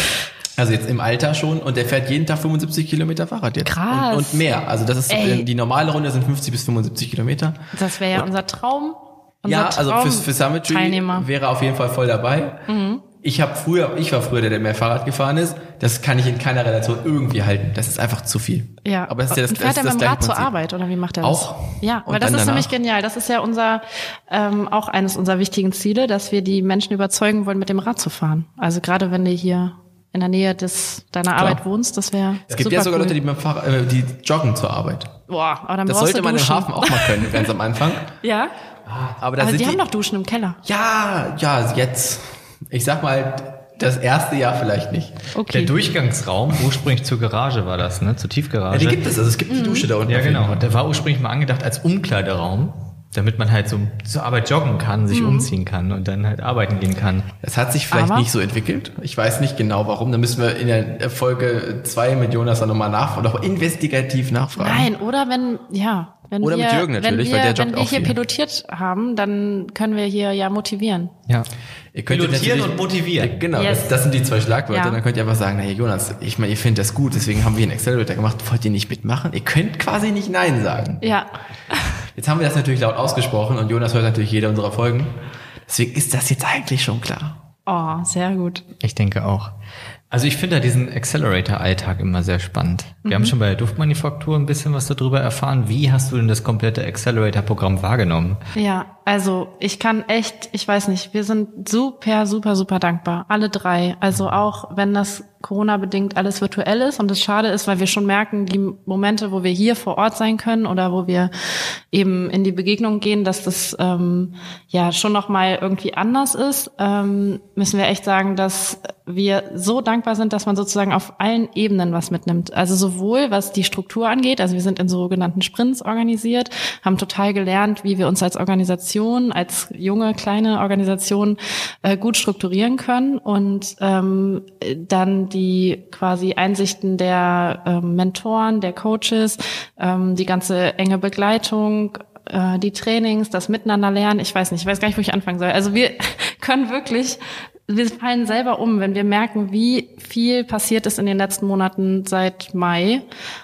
Also jetzt im Alter schon und der fährt jeden Tag fünfundsiebzig Kilometer Fahrrad jetzt. Krass. Und, und mehr. Also das ist, Ey. die normale Runde sind fünfzig bis fünfundsiebzig Kilometer. Das wäre ja unser Traum. Unser Ja, also Traum für, für Summit Tree Teilnehmer. wäre auf jeden Fall voll dabei. Mhm. Ich habe früher, ich war früher der, der mehr Fahrrad gefahren ist. Das kann ich in keiner Relation irgendwie halten. Das ist einfach zu viel. Ja, aber das ist ja das, und fährt das, er das mit dem gleiche Rad zur Prinzip. Arbeit oder wie macht er das? Auch. Ja, Und weil das dann ist nämlich danach. genial. Das ist ja unser ähm, auch eines unserer wichtigen Ziele, dass wir die Menschen überzeugen wollen, mit dem Rad zu fahren. Also gerade wenn du hier in der Nähe des deiner Arbeit wohnst, das wäre Es gibt super ja sogar cool. Leute, die mit dem Fahrrad, äh, die joggen zur Arbeit. Boah, aber dann Das brauchst sollte du man im Duschen. Hafen auch mal können, ganz am Anfang. Ja, Aber da aber sind die die, haben doch Duschen im Keller. ja, ja, jetzt. Ich sag mal, das erste Jahr vielleicht nicht. Der Okay. Durchgangsraum, ursprünglich zur Garage war das, ne? Zur Ja, Tiefgarage. die gibt es, also es gibt die Dusche da unten. Ja, auf jeden genau. Fall. Der war ursprünglich mal angedacht als Umkleideraum. Damit man halt so zur Arbeit joggen kann, sich Mhm. umziehen kann und dann halt arbeiten gehen kann. Es hat sich vielleicht Aber- nicht so entwickelt. Ich weiß nicht genau warum. Da müssen wir in der Folge zwei mit Jonas dann nochmal nachfragen, oder auch investigativ nachfragen. Nein, oder wenn, ja, wenn Oder wir, mit Jürgen natürlich, wenn wir, weil der joggt wenn wir auch hier viel. pilotiert haben, dann können wir hier ja motivieren. Ja. Ihr könnt Pilotieren natürlich- und motivieren. Genau, Yes. das, das sind die zwei Schlagwörter. Ja. Dann könnt ihr einfach sagen, hey Jonas, ich meine, ihr findet das gut, deswegen haben wir einen Accelerator gemacht. Wollt ihr nicht mitmachen? Ihr könnt quasi nicht Nein sagen. Ja, Jetzt haben wir das natürlich laut ausgesprochen und Jonas hört natürlich jede unserer Folgen. Deswegen ist das jetzt eigentlich schon klar. oh, sehr gut. Ich denke auch. Also ich finde da diesen Accelerator-Alltag immer sehr spannend. Wir haben schon bei der Duftmanufaktur ein bisschen was darüber erfahren. Wie hast du denn das komplette Accelerator-Programm wahrgenommen? Ja, also ich kann echt, ich weiß nicht, wir sind super, super, super dankbar. Alle drei. Also auch wenn das Corona-bedingt alles virtuell ist und es schade ist, weil wir schon merken, die Momente, wo wir hier vor Ort sein können oder wo wir eben in die Begegnung gehen, dass das ähm, ja schon nochmal irgendwie anders ist, ähm, müssen wir echt sagen, dass wir so dankbar sind, dass man sozusagen auf allen Ebenen was mitnimmt. Also sowohl was die Struktur angeht, also wir sind in sogenannten Sprints organisiert, haben total gelernt, wie wir uns als Organisation, als junge, kleine Organisation äh, gut strukturieren können und ähm, dann die quasi Einsichten der ähm, Mentoren, der Coaches, ähm, die ganze enge Begleitung, äh, die Trainings, das Miteinander lernen. Ich weiß nicht, ich weiß gar nicht, wo ich anfangen soll. Also wir können wirklich, wir fallen selber um, wenn wir merken, wie viel passiert ist in den letzten Monaten seit Mai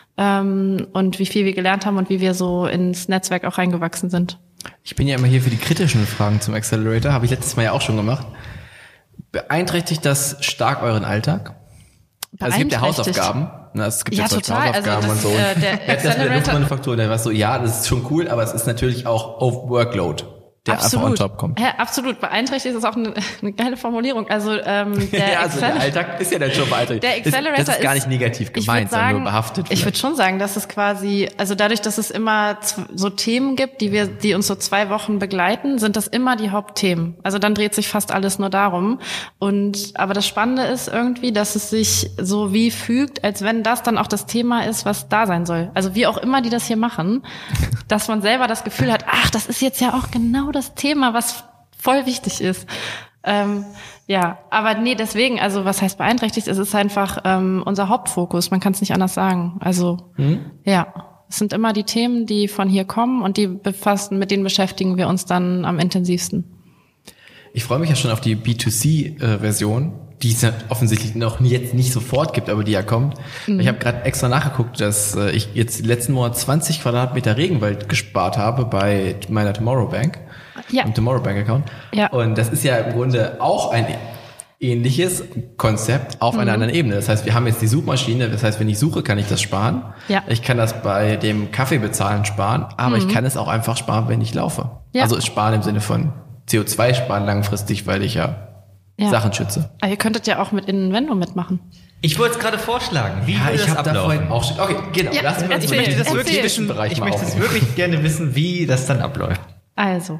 ähm, und wie viel wir gelernt haben und wie wir so ins Netzwerk auch reingewachsen sind. Ich bin ja immer hier für die kritischen Fragen zum Accelerator, habe ich letztes Mal ja auch schon gemacht. Beeinträchtigt das stark euren Alltag? Also es gibt ja Beeinträchtigt. Hausaufgaben. Na, es gibt Ja, ja zum Beispiel total. Also Hausaufgaben das, und so. äh, der Jetzt das mit der Accelerator- Luftmanufaktur, da war so, ja, das ist schon cool, aber es ist natürlich auch auf Workload, der einfach on top kommt. Ja, absolut. Beeinträchtigt ist auch eine, eine geile Formulierung. Also ähm, der ja, also der Acceler- Alltag ist ja dann schon beeinträchtigt. Der Accelerator das ist gar nicht ist- negativ ich gemeint, würd sondern sagen, nur behaftet. Ich würde schon sagen, dass es quasi, also dadurch, dass es immer z- so Themen gibt, die wir, die uns so zwei Wochen begleiten, sind das immer die Hauptthemen. Also dann dreht sich fast alles nur darum. Und aber das Spannende ist irgendwie, dass es sich so wie fügt, als wenn das dann auch das Thema ist, was da sein soll. Also wie auch immer die das hier machen, dass man selber das Gefühl hat, ach, das ist jetzt ja auch genau das Thema, was voll wichtig ist. Ähm, ja, aber nee, deswegen, also was heißt beeinträchtigt? Es ist einfach ähm, unser Hauptfokus, man kann es nicht anders sagen. Also ja, es sind immer die Themen, die von hier kommen und die befassen, mit denen beschäftigen wir uns dann am intensivsten. Ich freue mich ja schon auf die B zwei C-Version, die es ja offensichtlich noch nie, jetzt nicht sofort gibt, aber die ja kommt. Mhm. Ich habe gerade extra nachgeguckt, dass äh, ich jetzt letzten Monat zwanzig Quadratmeter Regenwald gespart habe bei meiner Tomorrow Bank, Ja. im Tomorrow Bank Account. Ja. Und das ist ja im Grunde auch ein ähnliches Konzept auf einer anderen Ebene. Das heißt, wir haben jetzt die Suchmaschine, das heißt, wenn ich suche, kann ich das sparen. Ja. Ich kann das bei dem Kaffee bezahlen sparen, aber ich kann es auch einfach sparen, wenn ich laufe. Ja. Also sparen im Sinne von C O zwei sparen langfristig, weil ich ja, Ja. Sachen schütze. Aber ihr könntet ja auch mit Invendo mitmachen. Ich wollte es gerade vorschlagen. Wie Ja, würde ich das habe da ablaufen? vorhin auch schon. Okay, genau. Ja, lassen wir uns erzähl, über den das wirklich erzähl. politischen Bereich Ich mal möchte es aufnehmen. wirklich gerne wissen, wie das dann abläuft. Also,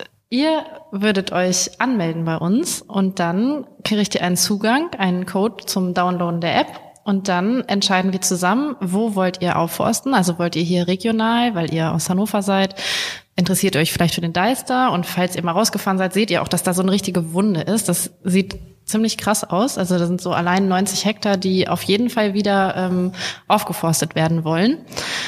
ihr würdet euch anmelden bei uns und dann kriegt ihr einen Zugang, einen Code zum Downloaden der App und dann entscheiden wir zusammen, wo wollt ihr aufforsten. Also wollt ihr hier regional, weil ihr aus Hannover seid, interessiert ihr euch vielleicht für den Deister und falls ihr mal rausgefahren seid, seht ihr auch, dass da so eine richtige Wunde ist. Das sieht ziemlich krass aus. Also da sind so allein neunzig Hektar, die auf jeden Fall wieder ähm, aufgeforstet werden wollen.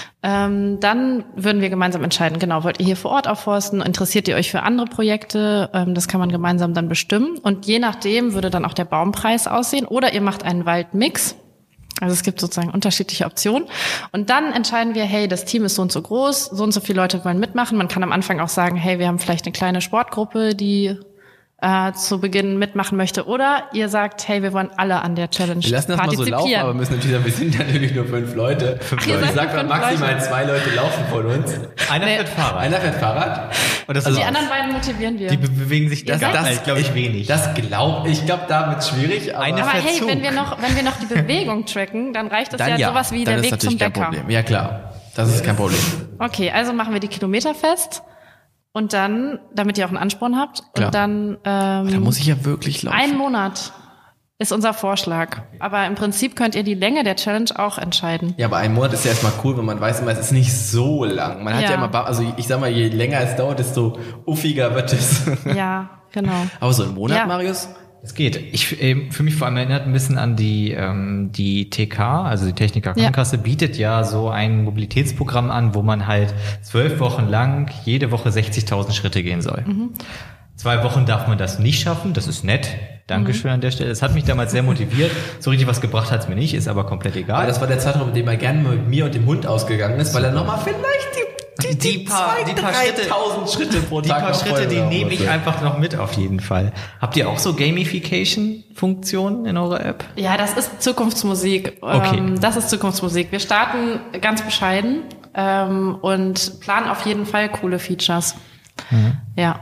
Ähm, dann würden wir gemeinsam entscheiden, genau, wollt ihr hier vor Ort aufforsten, interessiert ihr euch für andere Projekte, ähm, das kann man gemeinsam dann bestimmen und je nachdem würde dann auch der Baumpreis aussehen oder ihr macht einen Waldmix. Also es gibt sozusagen unterschiedliche Optionen und dann entscheiden wir, hey, das Team ist so und so groß, so und so viele Leute wollen mitmachen. Man kann am Anfang auch sagen, hey, wir haben vielleicht eine kleine Sportgruppe, die äh, zu Beginn mitmachen möchte oder ihr sagt, hey, wir wollen alle an der Challenge Wir lassen das mal so partizipieren. laufen, aber müssen natürlich, wir sind natürlich nur fünf Leute. Fünf ihr Leute. Ich seid sag mal, fünf maximal Leute. zwei Leute laufen von uns. Einer Nee. fährt Fahrrad. Einer fährt Fahrrad. Und das Also ist Die anderen beiden motivieren wir. die be bewegen sich Ihr das, seid- das glaube ich, wenig. Das glaube ich, glaube, da wird's schwierig. Aber Einer Aber hey, Verzug. wenn wir noch, wenn wir noch die Bewegung tracken, dann reicht das dann ja, ja, sowas wie dann der ist Weg zum natürlich kein Bäcker. Problem. Ja klar, das ist kein Problem. Okay, also machen wir die Kilometer fest und dann, damit ihr auch einen Ansporn habt, Klar. und dann Da ähm, muss ich ja wirklich laufen. einen Monat Ist unser Vorschlag. Aber im Prinzip könnt ihr die Länge der Challenge auch entscheiden. Ja, aber ein Monat ist ja erstmal cool, wenn man weiß immer, es ist nicht so lang. Man hat ja, ja immer, also ich sag mal, je länger es dauert, desto uffiger wird es. Ja, genau. Aber so ein Monat, ja. Marius? Es geht. Ich äh, für mich vor allem erinnert ein bisschen an die ähm, die T K, also die Techniker Krankenkasse, ja. bietet ja so ein Mobilitätsprogramm an, wo man halt zwölf Wochen lang jede Woche sechzigtausend Schritte gehen soll. Mhm. Zwei Wochen darf man das nicht schaffen, das ist nett. Dankeschön mhm. an der Stelle. Das hat mich damals sehr motiviert. So richtig was gebracht hat es mir nicht, ist aber komplett egal. Aber das war der Zeitraum, in dem er gerne mit mir und dem Hund ausgegangen ist, weil er nochmal vielleicht die, die, die, die paar, zwei, die paar Schritte, Schritte pro Tag. Die paar Schritte, die nehme ich einfach noch mit auf jeden Fall. Habt ihr auch so Gamification-Funktionen in eurer App? Ja, das ist Zukunftsmusik. Okay. Ähm, das ist Zukunftsmusik. Wir starten ganz bescheiden ähm, und planen auf jeden Fall coole Features. Mhm. Ja.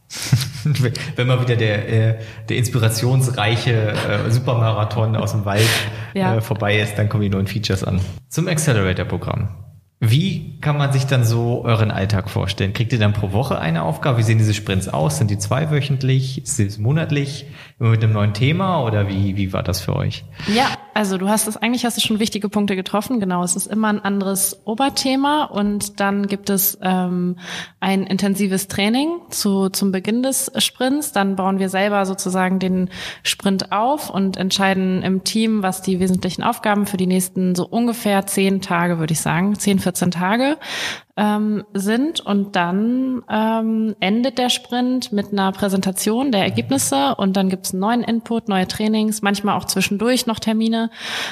Wenn mal wieder der, äh, der inspirationsreiche äh, Supermarathon aus dem Wald ja. äh, vorbei ist, dann kommen die neuen Features an. Zum Accelerator-Programm. Wie kann man sich dann so euren Alltag vorstellen? Kriegt ihr dann pro Woche eine Aufgabe? Wie sehen diese Sprints aus? Sind die zweiwöchentlich? Ist es monatlich? Immer mit einem neuen Thema? Oder wie, wie war das für euch? Ja, also du hast es, eigentlich hast du schon wichtige Punkte getroffen. Genau, es ist immer ein anderes Oberthema und dann gibt es ähm, ein intensives Training zu zum Beginn des Sprints. Dann bauen wir selber sozusagen den Sprint auf und entscheiden im Team, was die wesentlichen Aufgaben für die nächsten so ungefähr zehn Tage, würde ich sagen, zehn, vierzehn Tage ähm, sind. Und dann ähm, endet der Sprint mit einer Präsentation der Ergebnisse und dann gibt es einen neuen Input, neue Trainings, manchmal auch zwischendurch noch Termine.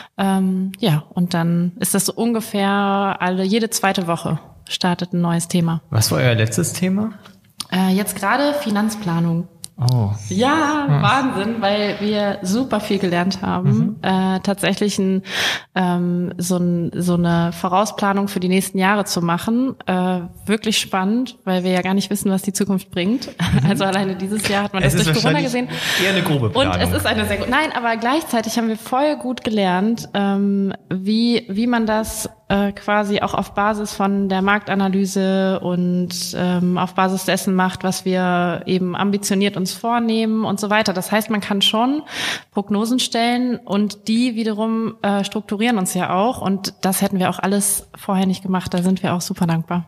Ähm, ja, und dann ist das so ungefähr alle jede zweite Woche startet ein neues Thema. Was war euer letztes Thema? Äh, jetzt gerade Finanzplanung. Oh. Ja, hm. Wahnsinn, weil wir super viel gelernt haben. Mhm. Äh, tatsächlich ein, ähm, so, ein, so eine Vorausplanung für die nächsten Jahre zu machen. Äh, wirklich spannend, weil wir ja gar nicht wissen, was die Zukunft bringt. Mhm. Also alleine dieses Jahr hat man es das durch Corona gesehen. Eher eine grobe Planung. Und es ist eine sehr gute. Nein, aber gleichzeitig haben wir voll gut gelernt, ähm, wie wie man das äh, quasi auch auf Basis von der Marktanalyse und ähm, auf Basis dessen macht, was wir eben ambitioniert uns vornehmen und so weiter. Das heißt, man kann schon Prognosen stellen und die wiederum äh, strukturieren uns ja auch und das hätten wir auch alles vorher nicht gemacht. Da sind wir auch super dankbar.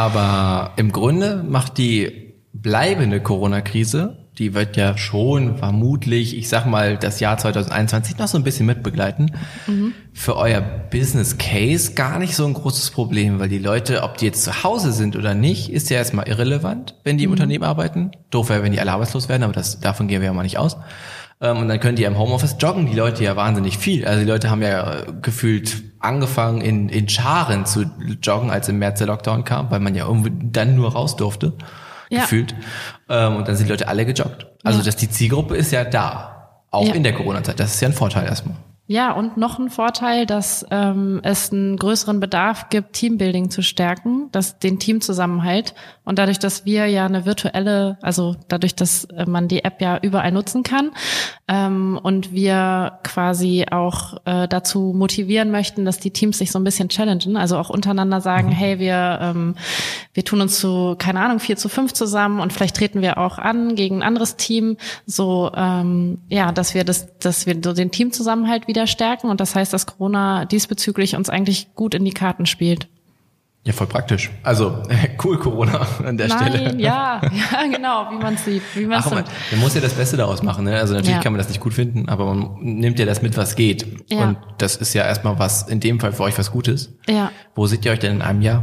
Aber im Grunde macht die bleibende Corona-Krise, die wird ja schon vermutlich, ich sag mal, das Jahr zwanzig einundzwanzig noch so ein bisschen mitbegleiten. Mhm. Für euer Business Case gar nicht so ein großes Problem, weil die Leute, ob die jetzt zu Hause sind oder nicht, ist ja erstmal irrelevant, wenn die im mhm. Unternehmen arbeiten. Doof wäre, wenn die alle arbeitslos werden, aber das, davon gehen wir ja mal nicht aus. Und dann können die ja im Homeoffice joggen, die Leute ja wahnsinnig viel. Also die Leute haben ja gefühlt angefangen in, in Scharen zu joggen, als im März der Lockdown kam, weil man ja irgendwie dann nur raus durfte. Ja. Gefühlt. Ähm, und dann sind die Leute alle gejoggt. Also, ja. dass die Zielgruppe ist ja da. Auch ja. in der Corona-Zeit. Das ist ja ein Vorteil erstmal. Ja, und noch ein Vorteil, dass ähm, es einen größeren Bedarf gibt, Teambuilding zu stärken, dass den Teamzusammenhalt. Und dadurch, dass wir ja eine virtuelle, also dadurch, dass man die App ja überall nutzen kann ähm, und wir quasi auch äh, dazu motivieren möchten, dass die Teams sich so ein bisschen challengen, also auch untereinander sagen, mhm. hey, wir ähm, wir tun uns zu, keine Ahnung, vier zu fünf zusammen und vielleicht treten wir auch an gegen ein anderes Team, so ähm, ja, dass wir das, dass wir so den Teamzusammenhalt wieder stärken und das heißt, dass Corona diesbezüglich uns eigentlich gut in die Karten spielt. Ja, voll praktisch. Also cool Corona an der Nein, Stelle. Ja, ja, genau, wie man sieht, wie man Ach, man, man muss ja das Beste daraus machen. Ne? Also natürlich ja. kann man das nicht gut finden, aber man nimmt ja das mit, was geht. Ja. Und das ist ja erstmal was in dem Fall für euch was Gutes. Ja. Wo seht ihr euch denn in einem Jahr?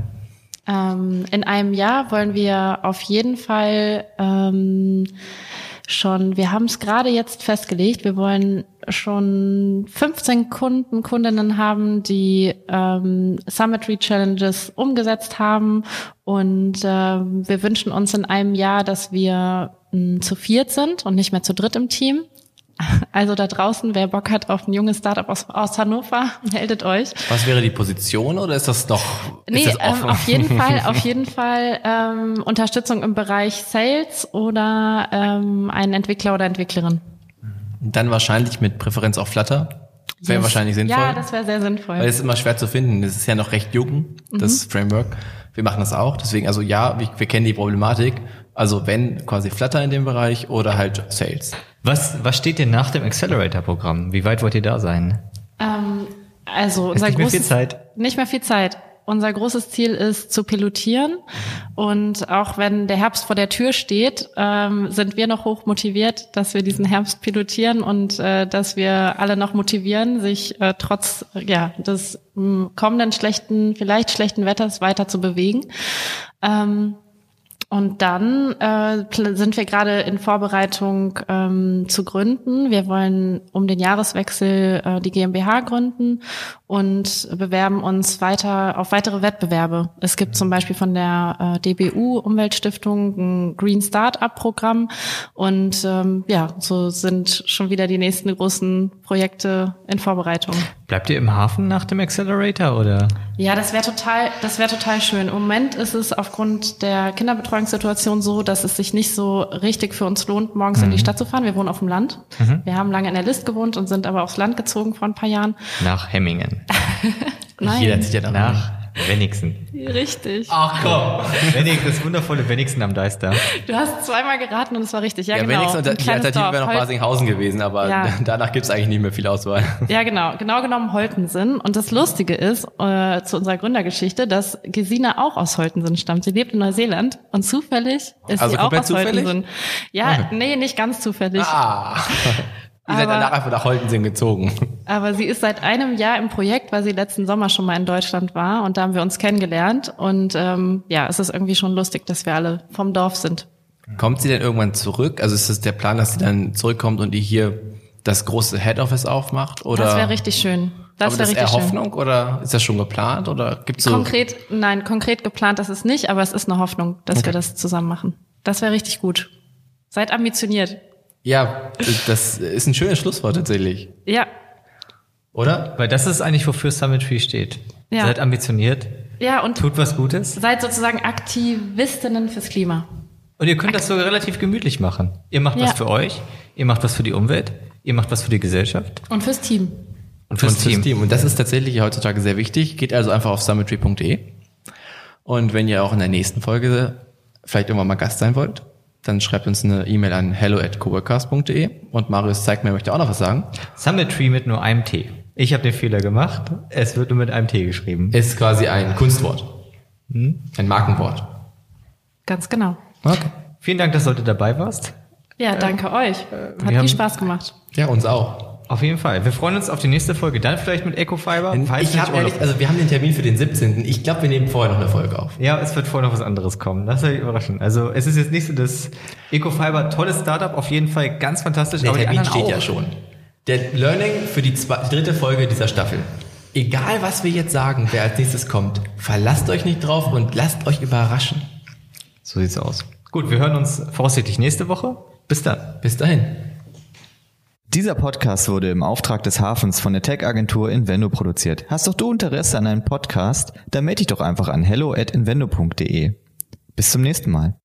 Ähm, in einem Jahr wollen wir auf jeden Fall ähm, schon, wir haben es gerade jetzt festgelegt, wir wollen schon fünfzehn Kunden, Kundinnen haben, die ähm, Summitry Challenges umgesetzt haben und äh, wir wünschen uns in einem Jahr, dass wir mh, zu viert sind und nicht mehr zu dritt im Team. Also da draußen, wer Bock hat auf ein junges Startup aus, aus Hannover, meldet euch. Was wäre die Position oder ist das noch ist nee, das offen? Ähm, auf jeden Fall, auf jeden Fall ähm, Unterstützung im Bereich Sales oder ähm, ein Entwickler oder Entwicklerin. Dann wahrscheinlich mit Präferenz auf Flutter. Wäre yes. wahrscheinlich sinnvoll. Ja, das wäre sehr sinnvoll. Weil es ist immer schwer zu finden. Das ist ja noch recht jung, das mhm. Framework. Wir machen das auch. Deswegen, also ja, wir, wir kennen die Problematik. Also wenn quasi Flutter in dem Bereich oder halt Sales. Was, was steht denn nach dem Accelerator-Programm? Wie weit wollt ihr da sein? Ähm, also unser nicht mehr großes, viel Zeit. Nicht mehr viel Zeit. Unser großes Ziel ist zu pilotieren und auch wenn der Herbst vor der Tür steht, ähm, sind wir noch hoch motiviert, dass wir diesen Herbst pilotieren und äh, dass wir alle noch motivieren, sich äh, trotz ja des mh, kommenden schlechten, vielleicht schlechten Wetters weiter zu bewegen. Ähm, Und dann äh, sind wir gerade in Vorbereitung ähm, zu gründen. Wir wollen um den Jahreswechsel äh, die GmbH gründen und bewerben uns weiter auf weitere Wettbewerbe. Es gibt zum Beispiel von der äh, D B U Umweltstiftung ein Green Startup Programm und ähm, ja, so sind schon wieder die nächsten großen Projekte in Vorbereitung. Bleibt ihr im Hafen nach dem Accelerator oder? Ja, das wäre total, das wäre total schön. Im Moment ist es aufgrund der Kinderbetreuungssituation so, dass es sich nicht so richtig für uns lohnt, morgens mhm. in die Stadt zu fahren. Wir wohnen auf dem Land. Mhm. Wir haben lange in der List gewohnt und sind aber aufs Land gezogen vor ein paar Jahren. Nach Hemmingen. Nein. Jeder zieht ja nach Wenigsen. Richtig. Ach komm. Wenigsen, das wundervolle Wenigsen am Deister. Du hast zweimal geraten und es war richtig. Ja, ja, genau. Wenigsen und die Alternative wäre noch Basinghausen gewesen, aber ja. danach gibt es eigentlich nicht mehr viel Auswahl. Ja, genau. Genau genommen Holtensen. Und das Lustige ist, äh, zu unserer Gründergeschichte, dass Gesina auch aus Holtensen stammt. Sie lebt in Neuseeland und zufällig ist also sie auch aus zufällig? Holtensen. Ja, okay. Nee, nicht ganz zufällig. Ah. Ihr seid danach einfach nach Holtensen gezogen. Aber sie ist seit einem Jahr im Projekt, weil sie letzten Sommer schon mal in Deutschland war und da haben wir uns kennengelernt und ähm, ja, es ist irgendwie schon lustig, dass wir alle vom Dorf sind. Kommt sie denn irgendwann zurück? Also ist es der Plan, dass sie dann zurückkommt und die hier das große Head Office aufmacht? Oder? Das wäre richtig schön. Das wäre richtig eher schön. Hoffnung oder ist das schon geplant oder gibt's so? Konkret, nein, konkret geplant ist es nicht, aber es ist eine Hoffnung, dass okay. wir das zusammen machen. Das wäre richtig gut. Seid ambitioniert. Ja, das ist ein schönes Schlusswort tatsächlich. Ja. Oder? Weil das ist eigentlich, wofür Summitry steht. Ja. Seid ambitioniert. Ja, und tut was Gutes. Seid sozusagen Aktivistinnen fürs Klima. Und ihr könnt Akt- das sogar relativ gemütlich machen. Ihr macht ja. was für euch, ihr macht was für die Umwelt, ihr macht was für die Gesellschaft. Und fürs Team. Und fürs, und fürs Team. Team. Und das ist tatsächlich heutzutage sehr wichtig. Geht also einfach auf summitry punkt de. Und wenn ihr auch in der nächsten Folge vielleicht irgendwann mal Gast sein wollt, dann schreibt uns eine E-Mail an hello at coworkcast punkt de und Marius zeigt mir, möchte auch noch was sagen. Summitry mit nur einem T. Ich habe den Fehler gemacht. Es wird nur mit einem T geschrieben. Ist quasi ein Kunstwort. Hm? Ein Markenwort. Ganz genau. Okay. Vielen Dank, dass du heute dabei warst. Ja, danke äh, euch. Hat viel Spaß gemacht. Ja, uns auch. Auf jeden Fall. Wir freuen uns auf die nächste Folge. Dann vielleicht mit Ecofiber. Ich hab ehrlich, also wir haben den Termin für den siebzehnten Ich glaube, wir nehmen vorher noch eine Folge auf. Ja, es wird vorher noch was anderes kommen. Das soll ich überraschen. Also es ist jetzt nicht so das Ecofiber, tolles Startup, auf jeden Fall ganz fantastisch. Der aber Termin die steht auch. ja schon. Der Learning für die, zwei, die dritte Folge dieser Staffel. Egal, was wir jetzt sagen, wer als nächstes kommt, verlasst euch nicht drauf und lasst euch überraschen. So sieht's aus. Gut, wir hören uns voraussichtlich nächste Woche. Bis dann. Bis dahin. Dieser Podcast wurde im Auftrag des Hafens von der Tech-Agentur Invendo produziert. Hast doch du Interesse an einem Podcast? Dann melde dich doch einfach an hello at invendo punkt de. Bis zum nächsten Mal.